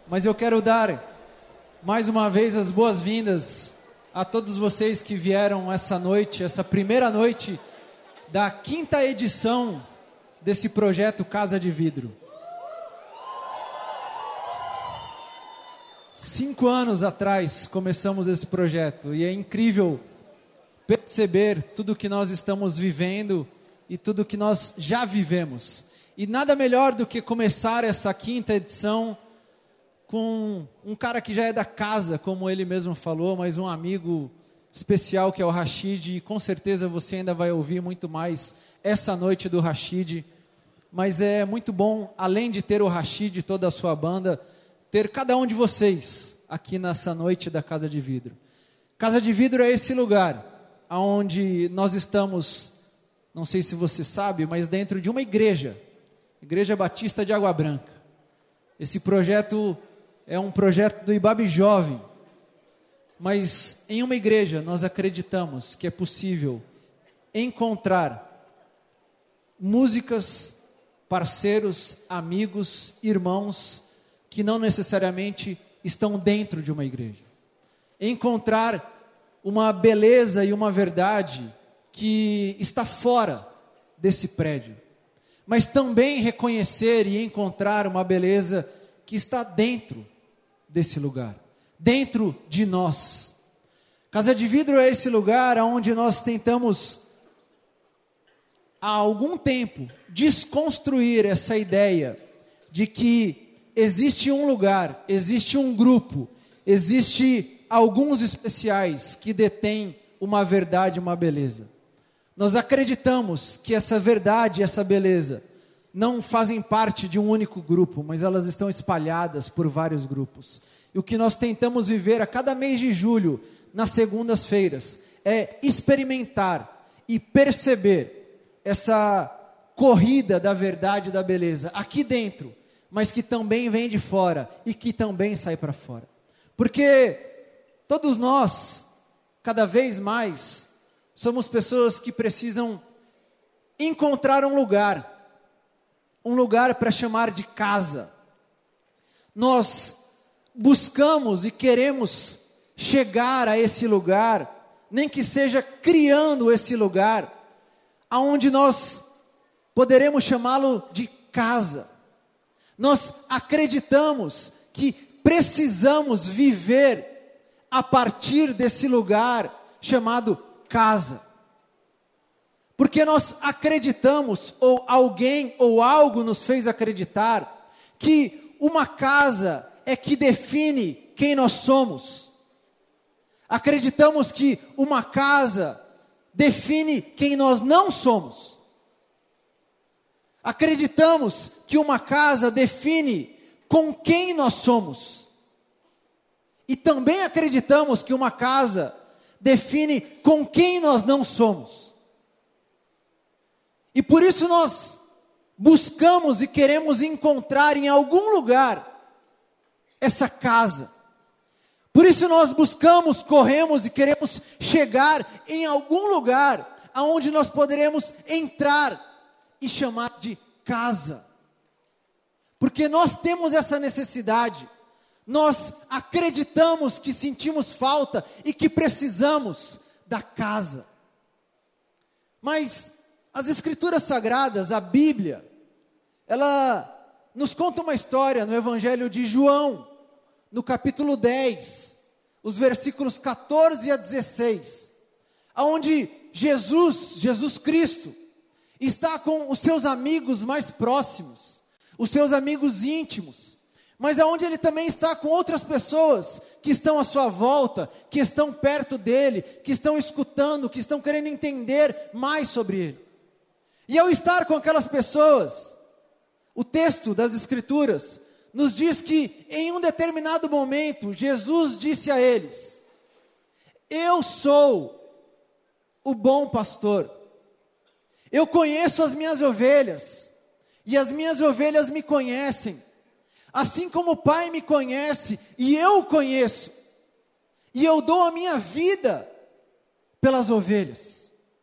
Mas eu quero dar mais uma vez as boas-vindas a todos vocês que vieram essa noite, essa primeira noite da 5ª edição desse projeto Casa de Vidro. 5 anos atrás começamos esse projeto e é incrível perceber tudo que nós estamos vivendo e tudo que nós já vivemos. E nada melhor do que começar essa 5ª edição com um cara que já é da casa, como ele mesmo falou, mas um amigo especial que é o Rashid, e com certeza você ainda vai ouvir muito mais essa noite do Rashid. Mas é muito bom, além de ter o Rashid e toda a sua banda, ter cada um de vocês aqui nessa noite da Casa de Vidro. Casa de Vidro é esse lugar onde nós estamos, não sei se você sabe, mas dentro de uma igreja, Igreja Batista de Água Branca. Esse projeto é um projeto do Ibabe Jovem, mas em uma igreja nós acreditamos que é possível encontrar músicas, parceiros, amigos, irmãos, que não necessariamente estão dentro de uma igreja. Encontrar uma beleza e uma verdade que está fora desse prédio, mas também reconhecer e encontrar uma beleza que está dentro desse lugar, dentro de nós. Casa de Vidro é esse lugar onde nós tentamos, há algum tempo, desconstruir essa ideia de que existe um lugar, existe um grupo, existe alguns especiais que detêm uma verdade, uma beleza. Nós acreditamos que essa verdade e essa beleza não fazem parte de um único grupo, mas elas estão espalhadas por vários grupos. E o que nós tentamos viver a cada mês de julho, nas segundas-feiras, é experimentar e perceber essa corrida da verdade e da beleza aqui dentro, mas que também vem de fora e que também sai para fora. Porque todos nós, cada vez mais, somos pessoas que precisam encontrar um lugar para chamar de casa. Nós buscamos e queremos chegar a esse lugar, nem que seja criando esse lugar, aonde nós poderemos chamá-lo de casa. Nós acreditamos que precisamos viver a partir desse lugar chamado casa. Porque nós acreditamos, ou alguém ou algo nos fez acreditar, que uma casa é que define quem nós somos. Acreditamos que uma casa define quem nós não somos. Acreditamos que uma casa define com quem nós somos. E também acreditamos que uma casa define com quem nós não somos. E por isso nós buscamos e queremos encontrar em algum lugar essa casa. Por isso nós buscamos, corremos e queremos chegar em algum lugar aonde nós poderemos entrar e chamar de casa. Porque nós temos essa necessidade. Nós acreditamos que sentimos falta e que precisamos da casa. Mas as Escrituras Sagradas, a Bíblia, ela nos conta uma história no Evangelho de João, no capítulo 10, os versículos 14 a 16, onde Jesus Cristo, está com os seus amigos mais próximos, os seus amigos íntimos, mas aonde ele também está com outras pessoas que estão à sua volta, que estão perto dele, que estão escutando, que estão querendo entender mais sobre ele. E ao estar com aquelas pessoas, o texto das Escrituras nos diz que em um determinado momento, Jesus disse a eles: eu sou o bom pastor, eu conheço as minhas ovelhas, e as minhas ovelhas me conhecem, assim como o Pai me conhece, e eu o conheço, e eu dou a minha vida pelas ovelhas.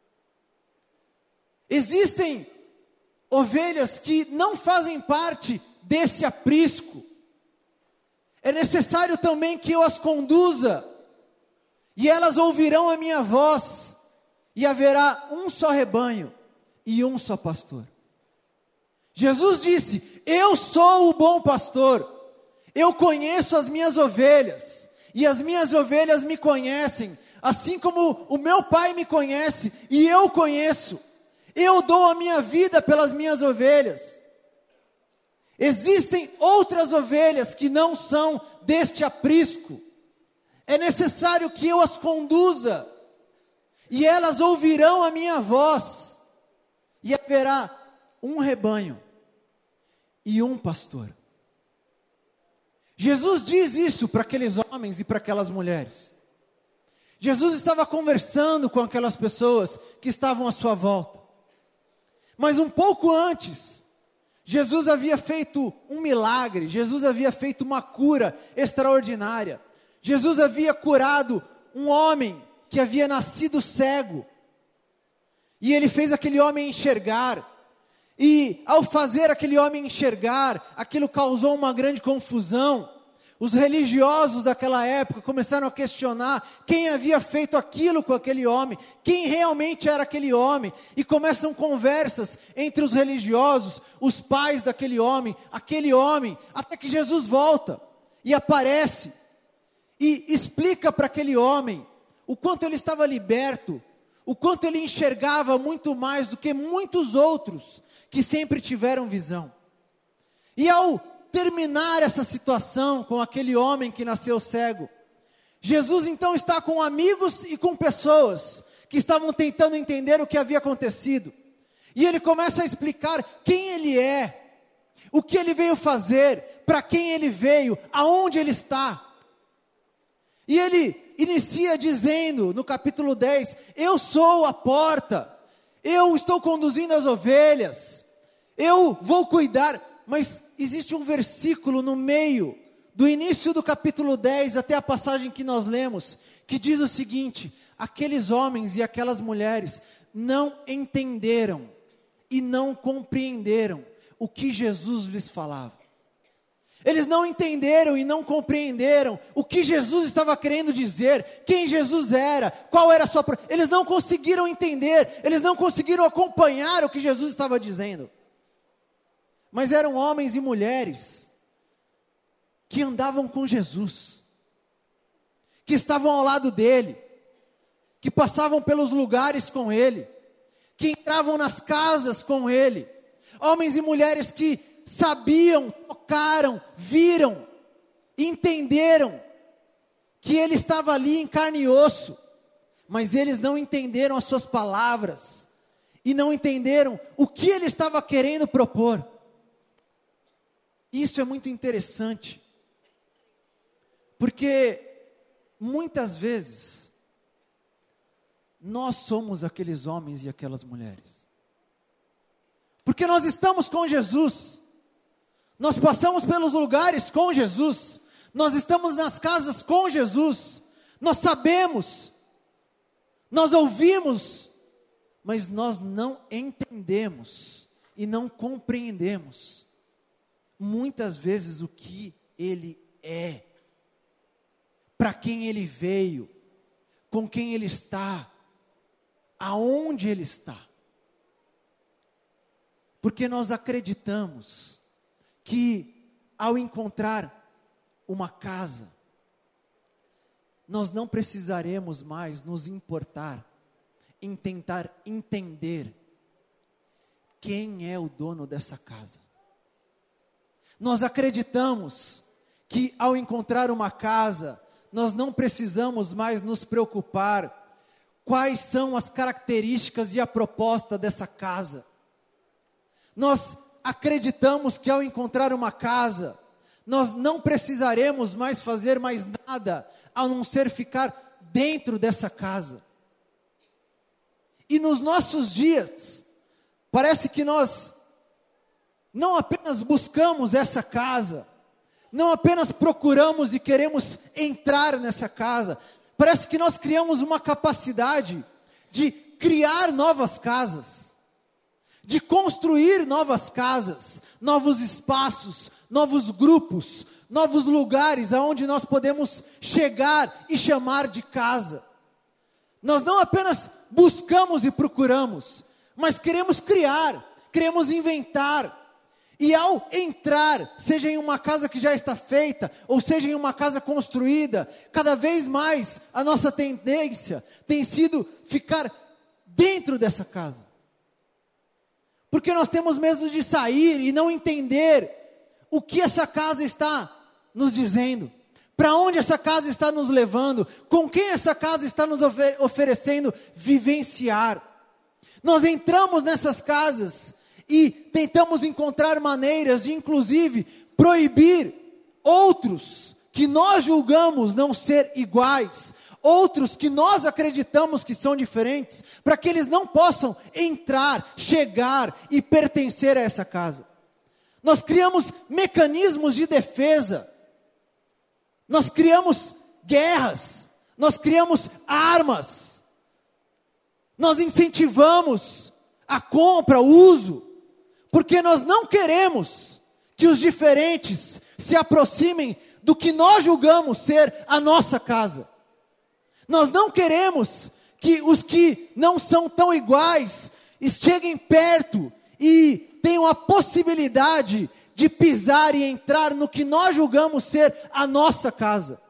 Existem ovelhas que não fazem parte desse aprisco. é necessário também que eu as conduza, e elas ouvirão a minha voz, e haverá um só rebanho e um só pastor. Jesus disse: eu sou o bom pastor, eu conheço as minhas ovelhas, e as minhas ovelhas me conhecem, assim como o meu Pai me conhece, e eu conheço, eu dou a minha vida pelas minhas ovelhas. Existem outras ovelhas que não são deste aprisco, é necessário que eu as conduza, e elas ouvirão a minha voz, e haverá um rebanho e um pastor. Jesus diz isso para aqueles homens e para aquelas mulheres. Jesus estava conversando com aquelas pessoas que estavam à sua volta. Mas um pouco antes, Jesus havia feito um milagre, Jesus havia feito uma cura extraordinária. Jesus havia curado um homem que havia nascido cego. E ele fez aquele homem enxergar. E ao fazer aquele homem enxergar, aquilo causou uma grande confusão. Os religiosos daquela época começaram a questionar quem havia feito aquilo com aquele homem, quem realmente era aquele homem. E começam conversas entre os religiosos, os pais daquele homem, até que Jesus volta e aparece e explica para aquele homem o quanto ele estava liberto, o quanto ele enxergava muito mais do que muitos outros que sempre tiveram visão. E ao terminar essa situação com aquele homem que nasceu cego, Jesus então está com amigos e com pessoas que estavam tentando entender o que havia acontecido. E ele começa a explicar quem ele é, o que ele veio fazer, para quem ele veio, aonde ele está. E ele inicia dizendo no capítulo 10, eu sou a porta, eu estou conduzindo as ovelhas, eu vou cuidar. Mas existe um versículo no meio, do início do capítulo 10 até a passagem que nós lemos, que diz o seguinte: aqueles homens e aquelas mulheres não entenderam e não compreenderam o que Jesus lhes falava. Eles não entenderam e não compreenderam o que Jesus estava querendo dizer, quem Jesus era, qual era a sua... Eles não conseguiram entender, eles não conseguiram acompanhar o que Jesus estava dizendo. Mas eram homens e mulheres que andavam com Jesus, que estavam ao lado dele, que passavam pelos lugares com ele, que entravam nas casas com ele, homens e mulheres que sabiam, tocaram, viram, entenderam que ele estava ali em carne e osso, mas eles não entenderam as suas palavras, e não entenderam o que ele estava querendo propor. Isso é muito interessante, porque muitas vezes nós somos aqueles homens e aquelas mulheres, porque nós estamos com Jesus, nós passamos pelos lugares com Jesus, nós estamos nas casas com Jesus, nós sabemos, nós ouvimos, mas nós não entendemos e não compreendemos muitas vezes o que ele é, para quem ele veio, com quem ele está, aonde ele está. Porque nós acreditamos que ao encontrar uma casa, nós não precisaremos mais nos importar em tentar entender quem é o dono dessa casa. Nós acreditamos que ao encontrar uma casa, nós não precisamos mais nos preocupar quais são as características e a proposta dessa casa. Nós acreditamos que ao encontrar uma casa, nós não precisaremos mais fazer mais nada, a não ser ficar dentro dessa casa. E nos nossos dias, parece que nós não apenas buscamos essa casa, não apenas procuramos e queremos entrar nessa casa, parece que nós criamos uma capacidade de criar novas casas, de construir novas casas, novos espaços, novos grupos, novos lugares aonde nós podemos chegar e chamar de casa. Nós não apenas buscamos e procuramos, mas queremos criar, queremos inventar. E ao entrar, seja em uma casa que já está feita, ou seja em uma casa construída, cada vez mais a nossa tendência tem sido ficar dentro dessa casa. Porque nós temos medo de sair e não entender o que essa casa está nos dizendo. Para onde essa casa está nos levando, com quem essa casa está nos oferecendo vivenciar. Nós entramos nessas casas e tentamos encontrar maneiras de, inclusive, proibir outros que nós julgamos não ser iguais, outros que nós acreditamos que são diferentes, para que eles não possam entrar, chegar e pertencer a essa casa. Nós criamos mecanismos de defesa, nós criamos guerras, nós criamos armas, nós incentivamos a compra, o uso, porque nós não queremos que os diferentes se aproximem do que nós julgamos ser a nossa casa. Nós não queremos que os que não são tão iguais cheguem perto e tenham a possibilidade de pisar e entrar no que nós julgamos ser a nossa casa.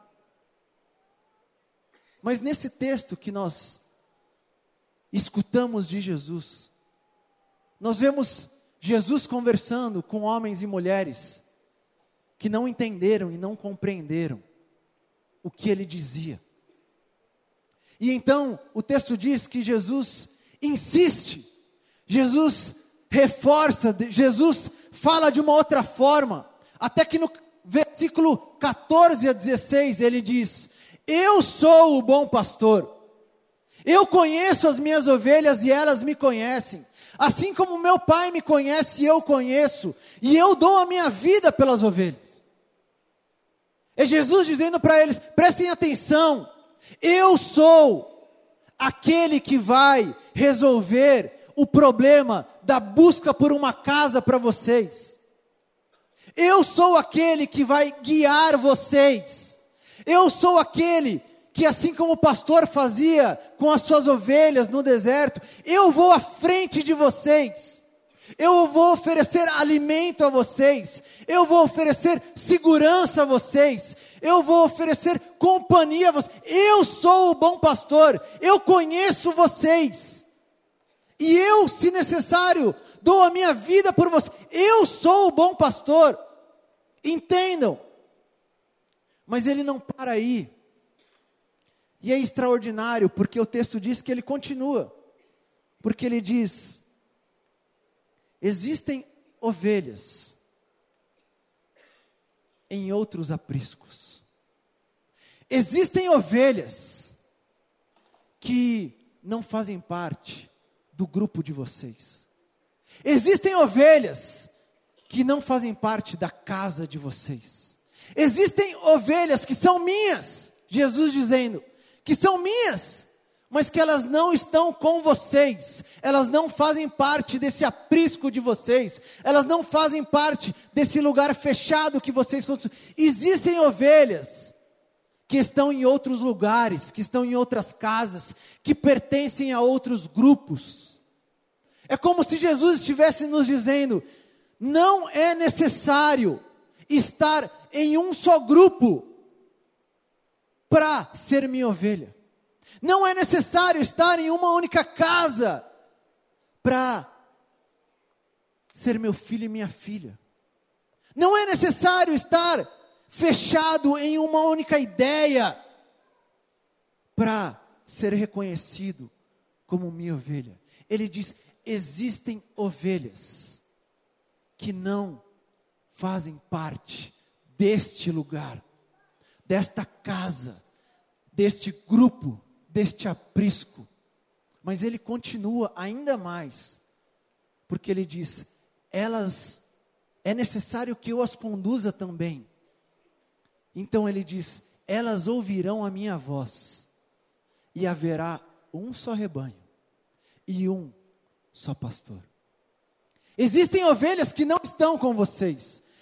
Mas nesse texto que nós escutamos de Jesus, nós vemos Jesus conversando com homens e mulheres que não entenderam e não compreenderam o que ele dizia. E então o texto diz que Jesus insiste, Jesus reforça, Jesus fala de uma outra forma, até que no versículo 14 a 16 ele diz: eu sou o bom pastor, eu conheço as minhas ovelhas e elas me conhecem, assim como meu Pai me conhece e eu conheço, e eu dou a minha vida pelas ovelhas. É Jesus dizendo para eles: prestem atenção, eu sou aquele que vai resolver o problema da busca por uma casa para vocês. Eu sou aquele que vai guiar vocês. Eu sou aquele que, assim como o pastor fazia com as suas ovelhas no deserto, eu vou à frente de vocês. Eu vou oferecer alimento a vocês. Eu vou oferecer segurança a vocês. Eu vou oferecer companhia a vocês. Eu sou o bom pastor. Eu conheço vocês. E eu, se necessário, dou a minha vida por vocês. Eu sou o bom pastor. Entendam. Mas ele não para aí. E é extraordinário, porque o texto diz que ele continua. Porque ele diz: existem ovelhas em outros apriscos. Existem ovelhas que não fazem parte do grupo de vocês. Existem ovelhas que não fazem parte da casa de vocês. Existem ovelhas que são minhas, Jesus dizendo, que são minhas, mas que elas não estão com vocês, elas não fazem parte desse aprisco de vocês, elas não fazem parte desse lugar fechado que vocês construíram. Existem ovelhas que estão em outros lugares, que estão em outras casas, que pertencem a outros grupos. É como se Jesus estivesse nos dizendo: não é necessário estar em um só grupo para ser minha ovelha. Não é necessário estar em uma única casa para ser meu filho e minha filha. Não é necessário estar fechado em uma única ideia para ser reconhecido como minha ovelha. Ele diz: existem ovelhas que não fazem parte deste lugar, desta casa, deste grupo, deste aprisco. Mas ele continua ainda mais, porque ele diz: elas, é necessário que eu as conduza também. Então ele diz: elas ouvirão a minha voz, e haverá um só rebanho, e um só pastor. Existem ovelhas que não estão com vocês.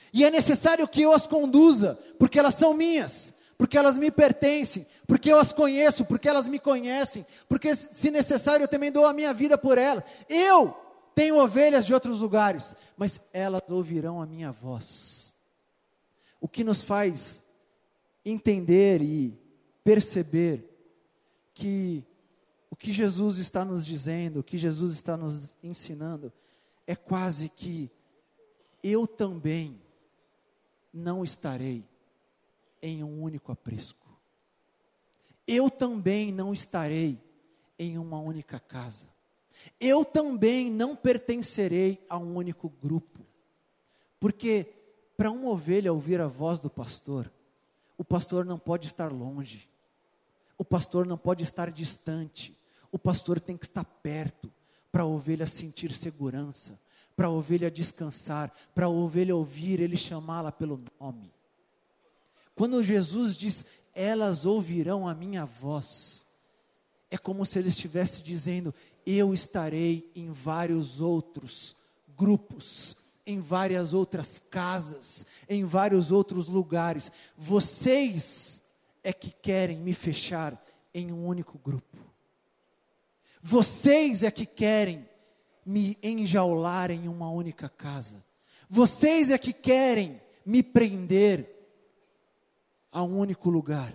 E é necessário que eu as conduza, porque elas são minhas, porque elas me pertencem, porque eu as conheço, porque elas me conhecem, porque se necessário eu também dou a minha vida por elas. Eu tenho ovelhas de outros lugares, mas elas ouvirão a minha voz. O que nos faz entender e perceber que o que Jesus está nos dizendo, o que Jesus está nos ensinando, é quase que eu também não estarei em um único aprisco. Eu também não estarei em uma única casa. Eu também não pertencerei a um único grupo. Porque para uma ovelha ouvir a voz do pastor, o pastor não pode estar longe. O pastor não pode estar distante. O pastor tem que estar perto para a ovelha sentir segurança, para a ovelha descansar, para a ovelha ouvir ele chamá-la pelo nome. Quando Jesus diz, elas ouvirão a minha voz, é como se ele estivesse dizendo, eu estarei em vários outros grupos, em várias outras casas, em vários outros lugares. Vocês é que querem me fechar em um único grupo. Vocês é que querem me enjaular em uma única casa. Vocês é que querem me prender a um único lugar.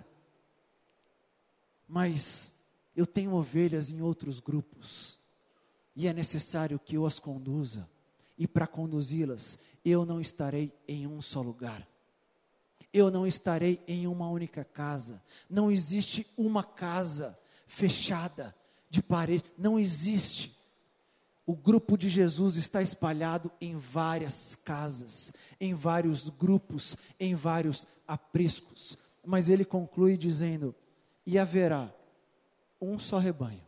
Mas eu tenho ovelhas em outros grupos, e é necessário que eu as conduza, e para conduzi-las, eu não estarei em um só lugar. Eu não estarei em uma única casa. Não existe uma casa fechada de parede, não existe. O grupo de Jesus está espalhado em várias casas, em vários grupos, em vários apriscos. Mas ele conclui dizendo, e haverá um só rebanho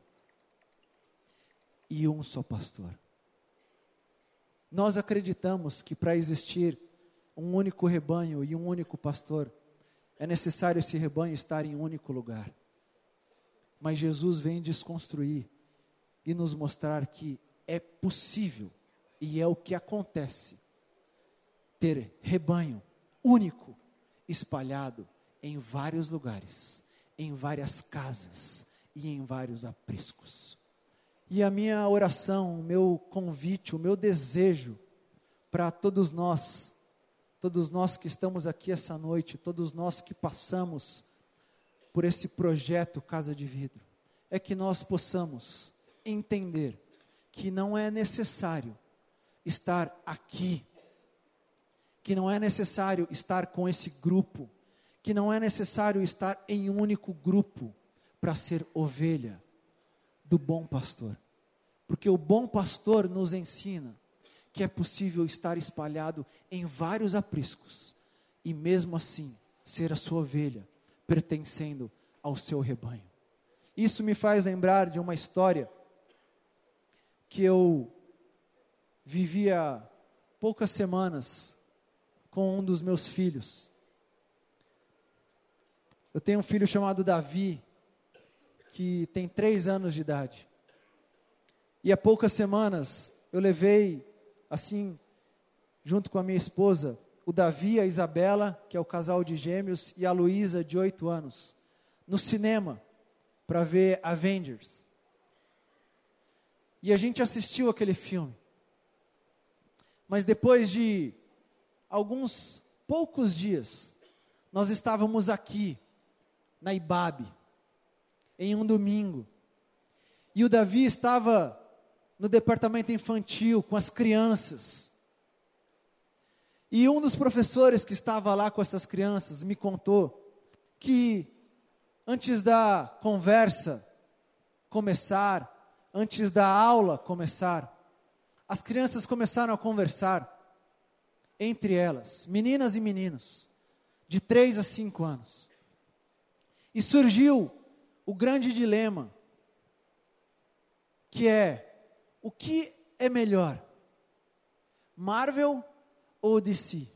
e um só pastor. Nós acreditamos que para existir um único rebanho e um único pastor, é necessário esse rebanho estar em um único lugar. Mas Jesus vem desconstruir e nos mostrar que é possível, e é o que acontece, ter rebanho único, espalhado em vários lugares, em várias casas e em vários apriscos. E a minha oração, o meu convite, o meu desejo para todos nós que estamos aqui essa noite, todos nós que passamos por esse projeto Casa de Vidro, é que nós possamos entender que não é necessário estar aqui, que não é necessário estar com esse grupo, que não é necessário estar em um único grupo para ser ovelha do bom pastor. Porque o bom pastor nos ensina que é possível estar espalhado em vários apriscos e mesmo assim ser a sua ovelha, pertencendo ao seu rebanho. Isso me faz lembrar de uma história que eu vivi há poucas semanas com um dos meus filhos. Eu tenho um filho chamado Davi, que tem 3 anos de idade. E há poucas semanas eu levei, assim, junto com a minha esposa, o Davi, a Isabela, que é o casal de gêmeos, e a Luísa, de 8 anos, no cinema, para ver Avengers. E a gente assistiu aquele filme. Mas depois de alguns poucos dias, nós estávamos aqui, na Ibabe, em um domingo. E o Davi estava no departamento infantil, com as crianças. E um dos professores que estava lá com essas crianças me contou que antes da conversa começar, antes da aula começar, as crianças começaram a conversar entre elas, meninas e meninos, de 3 a 5 anos. E surgiu o grande dilema, que é, o que é melhor, Marvel ou DC?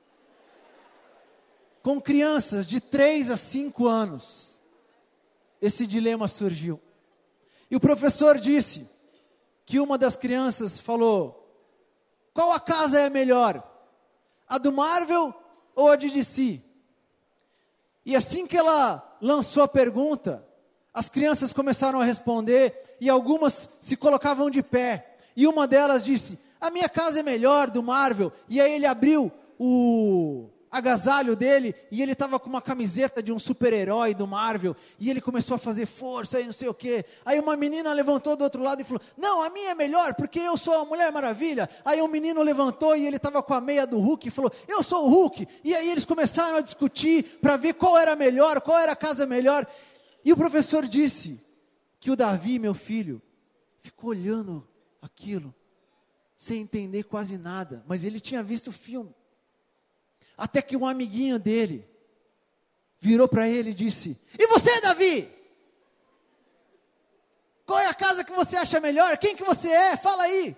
Com crianças de 3 a 5 anos, esse dilema surgiu. E o professor disse que uma das crianças falou, qual a casa é melhor? A do Marvel ou a de DC? E assim que ela lançou a pergunta, as crianças começaram a responder e algumas se colocavam de pé. E uma delas disse: a minha casa é melhor, do Marvel. E aí ele abriu o agasalho dele e ele estava com uma camiseta de um super-herói do Marvel. E ele começou a fazer força e não sei o quê. Aí uma menina levantou do outro lado e falou: não, a minha é melhor porque eu sou a Mulher Maravilha. Aí um menino levantou e ele estava com a meia do Hulk e falou: eu sou o Hulk. E aí eles começaram a discutir para ver qual era melhor, qual era a casa melhor. E o professor disse que o Davi, meu filho, ficou olhando aquilo, sem entender quase nada, mas ele tinha visto o filme. Até que um amiguinho dele virou para ele e disse: e você, Davi? Qual é a casa que você acha melhor? Quem que você é? Fala aí.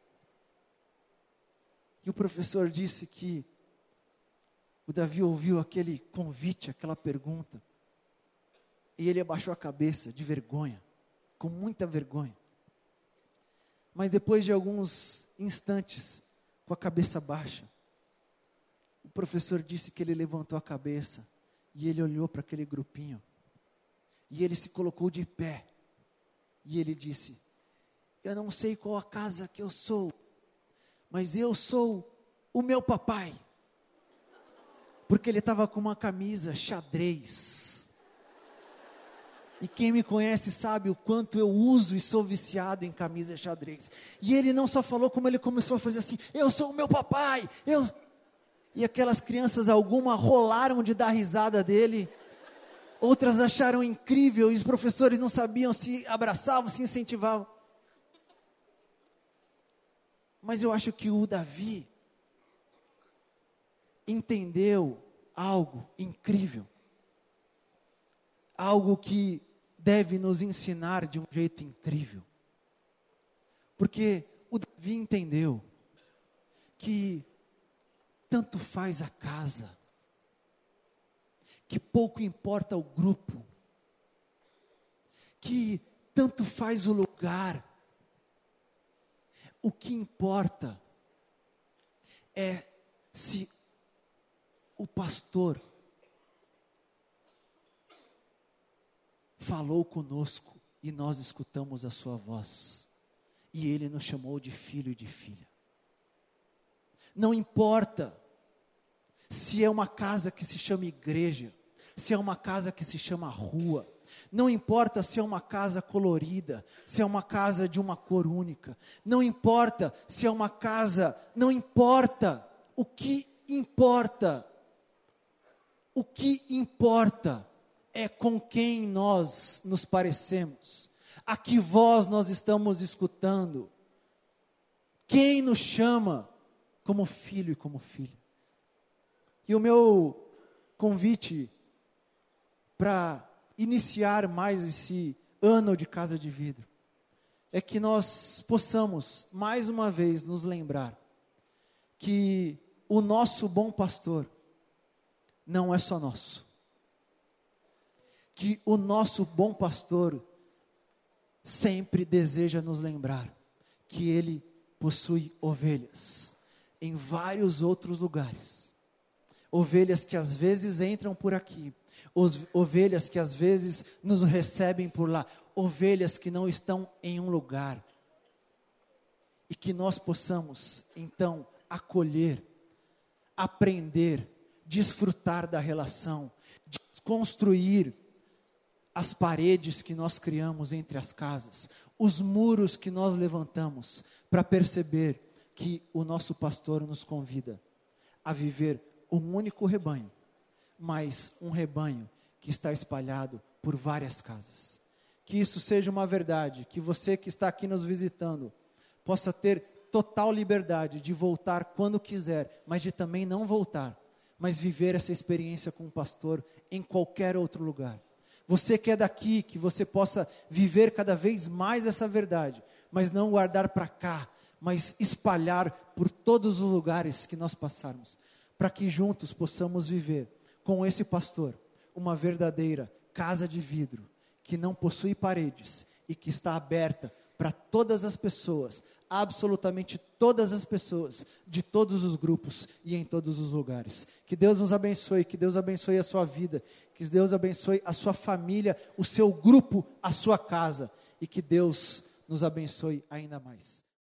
E o professor disse que o Davi ouviu aquele convite, aquela pergunta, e ele abaixou a cabeça de vergonha, com muita vergonha. Mas depois de alguns instantes, com a cabeça baixa, o professor disse que ele levantou a cabeça e ele olhou para aquele grupinho e ele se colocou de pé e ele disse: eu não sei qual a casa que eu sou, mas eu sou o meu papai. Porque ele estava com uma camisa xadrez. E quem me conhece sabe o quanto eu uso e sou viciado em camisa xadrez. E ele não só falou, como ele começou a fazer assim: eu sou o meu papai, E aquelas crianças, algumas rolaram de dar risada dele, outras acharam incrível, e os professores não sabiam se abraçavam, se incentivavam. Mas eu acho que o Davi entendeu algo incrível, algo que deve nos ensinar de um jeito incrível, porque o Davi entendeu que tanto faz a casa, que pouco importa o grupo, que tanto faz o lugar, o que importa é se o pastor falou conosco e nós escutamos a sua voz, e ele nos chamou de filho e de filha. Não importa se é uma casa que se chama igreja, se é uma casa que se chama rua, não importa se é uma casa colorida, se é uma casa de uma cor única, não importa se é uma casa, não importa, o que importa é com quem nós nos parecemos, a que voz nós estamos escutando, quem nos chama como filho e como filha. E o meu convite para iniciar mais esse ano de Casa de Vidro é que nós possamos mais uma vez nos lembrar que o nosso bom pastor não é só nosso, que o nosso bom pastor sempre deseja nos lembrar que ele possui ovelhas em vários outros lugares, ovelhas que às vezes entram por aqui, ovelhas que às vezes nos recebem por lá, ovelhas que não estão em um lugar, e que nós possamos então acolher, aprender, desfrutar da relação, desconstruir as paredes que nós criamos entre as casas, os muros que nós levantamos, para perceber que o nosso pastor nos convida a viver um único rebanho, mas um rebanho que está espalhado por várias casas. Que isso seja uma verdade, que você que está aqui nos visitando, possa ter total liberdade de voltar quando quiser, mas de também não voltar, mas viver essa experiência com o pastor em qualquer outro lugar. Você que é daqui, que você possa viver cada vez mais essa verdade, mas não guardar para cá, mas espalhar por todos os lugares que nós passarmos, para que juntos possamos viver com esse pastor uma verdadeira casa de vidro, que não possui paredes e que está aberta para todas as pessoas, absolutamente todas as pessoas, de todos os grupos e em todos os lugares. Que Deus nos abençoe, que Deus abençoe a sua vida, que Deus abençoe a sua família, o seu grupo, a sua casa, e que Deus nos abençoe ainda mais.